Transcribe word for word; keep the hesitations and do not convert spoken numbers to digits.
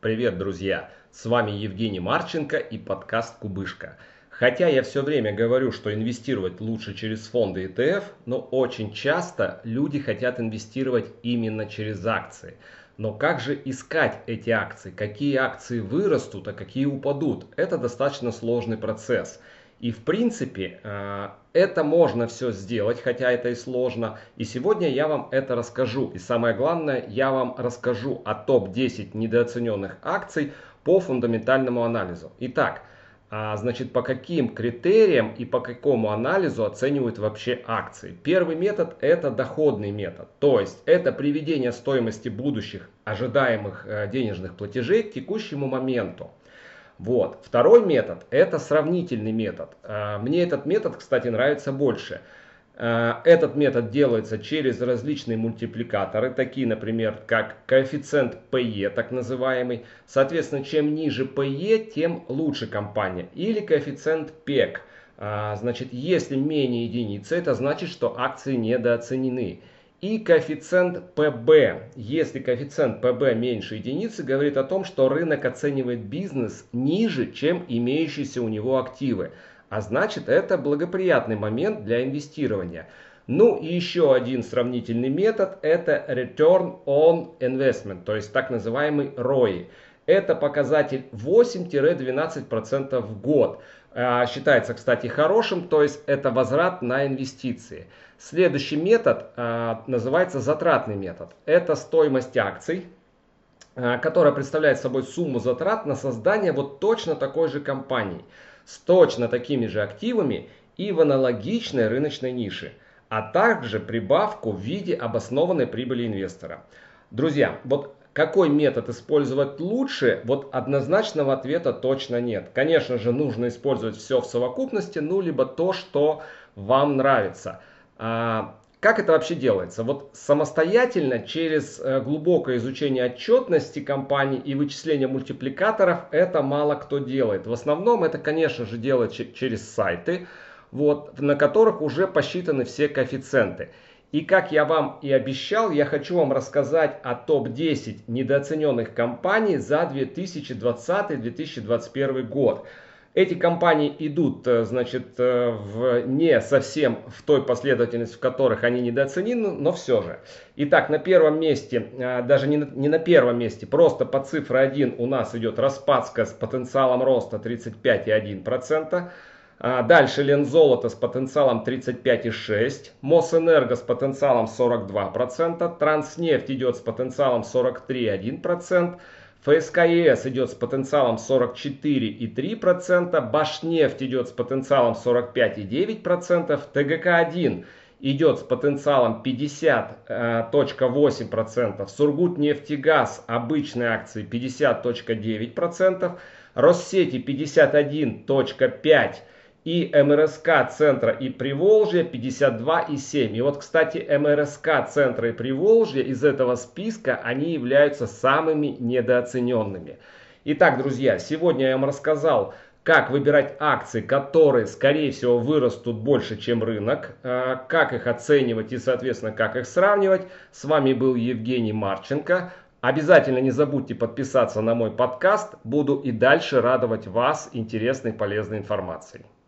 Привет, друзья! С вами Евгений Марченко и подкаст Кубышка. Хотя я все время говорю, что инвестировать лучше через фонды и тэ эф, но очень часто люди хотят инвестировать именно через акции. Но как же искать эти акции? Какие акции вырастут, а какие упадут? Это достаточно сложный процесс. И в принципе это можно все сделать, хотя это и сложно. И сегодня я вам это расскажу. И самое главное, я вам расскажу о топ десять недооцененных акций по фундаментальному анализу. Итак, значит, по каким критериям и по какому анализу оценивают вообще акции? Первый метод – это доходный метод. То есть это приведение стоимости будущих ожидаемых денежных платежей к текущему моменту. Вот. Второй метод – это сравнительный метод. Мне этот метод, кстати, нравится больше. Этот метод делается через различные мультипликаторы, такие, например, как коэффициент пэ е, так называемый. Соответственно, чем ниже пэ е, тем лучше компания. Или коэффициент пек. Значит, если менее единицы, это значит, что акции недооценены. И коэффициент пэ бэ. Если коэффициент пэ бэ меньше единицы, говорит о том, что рынок оценивает бизнес ниже, чем имеющиеся у него активы. А значит, это благоприятный момент для инвестирования. Ну и еще один сравнительный метод – это Return on Investment, то есть так называемый рои. Это показатель восемь-двенадцать процентов в год. Считается, кстати, хорошим, то есть это возврат на инвестиции. Следующий метод а, называется затратный метод. Это стоимость акций, а, которая представляет собой сумму затрат на создание вот точно такой же компании, с точно такими же активами и в аналогичной рыночной нише, а также прибавку в виде обоснованной прибыли инвестора. Друзья, вот какой метод использовать лучше, вот однозначного ответа точно нет. Конечно же, нужно использовать все в совокупности, ну либо то, что вам нравится. А, как это вообще делается? Вот самостоятельно, через глубокое изучение отчетности компаний и вычисление мультипликаторов, это мало кто делает. В основном это, конечно же, делают через сайты, вот, на которых уже посчитаны все коэффициенты. И как я вам и обещал, я хочу вам рассказать о топ десять недооцененных компаний за две тысячи двадцатый — две тысячи двадцать первый год. Эти компании идут, значит, в не совсем в той последовательности, в которых они недооценены, но все же. Итак, на первом месте, даже не на, не на первом месте, просто по цифре один у нас идет Распадская с потенциалом роста тридцать пять и одна десятая процента. Дальше Лензолото с потенциалом тридцать пять и шесть процента, Мосэнерго с потенциалом сорок два процента, Транснефть идет с потенциалом сорок три и один процент, эф эс ка е эс идет с потенциалом сорок четыре и три процента, Башнефть идет с потенциалом сорок пять и девять процентов, тэ гэ ка один идет с потенциалом пятьдесят и восемь процентов, Сургутнефтегаз обычные акции пятьдесят и девять процентов, Россети пятьдесят один и пять процента и эм эр эс ка Центра и Приволжья пятьдесят два и семь процента. И вот, кстати, эм эр эс ка Центра и Приволжья из этого списка, они являются самыми недооцененными. Итак, друзья, сегодня я вам рассказал, как выбирать акции, которые, скорее всего, вырастут больше, чем рынок, как их оценивать и, соответственно, как их сравнивать. С вами был Евгений Марченко. Обязательно не забудьте подписаться на мой подкаст. Буду и дальше радовать вас интересной и полезной информацией.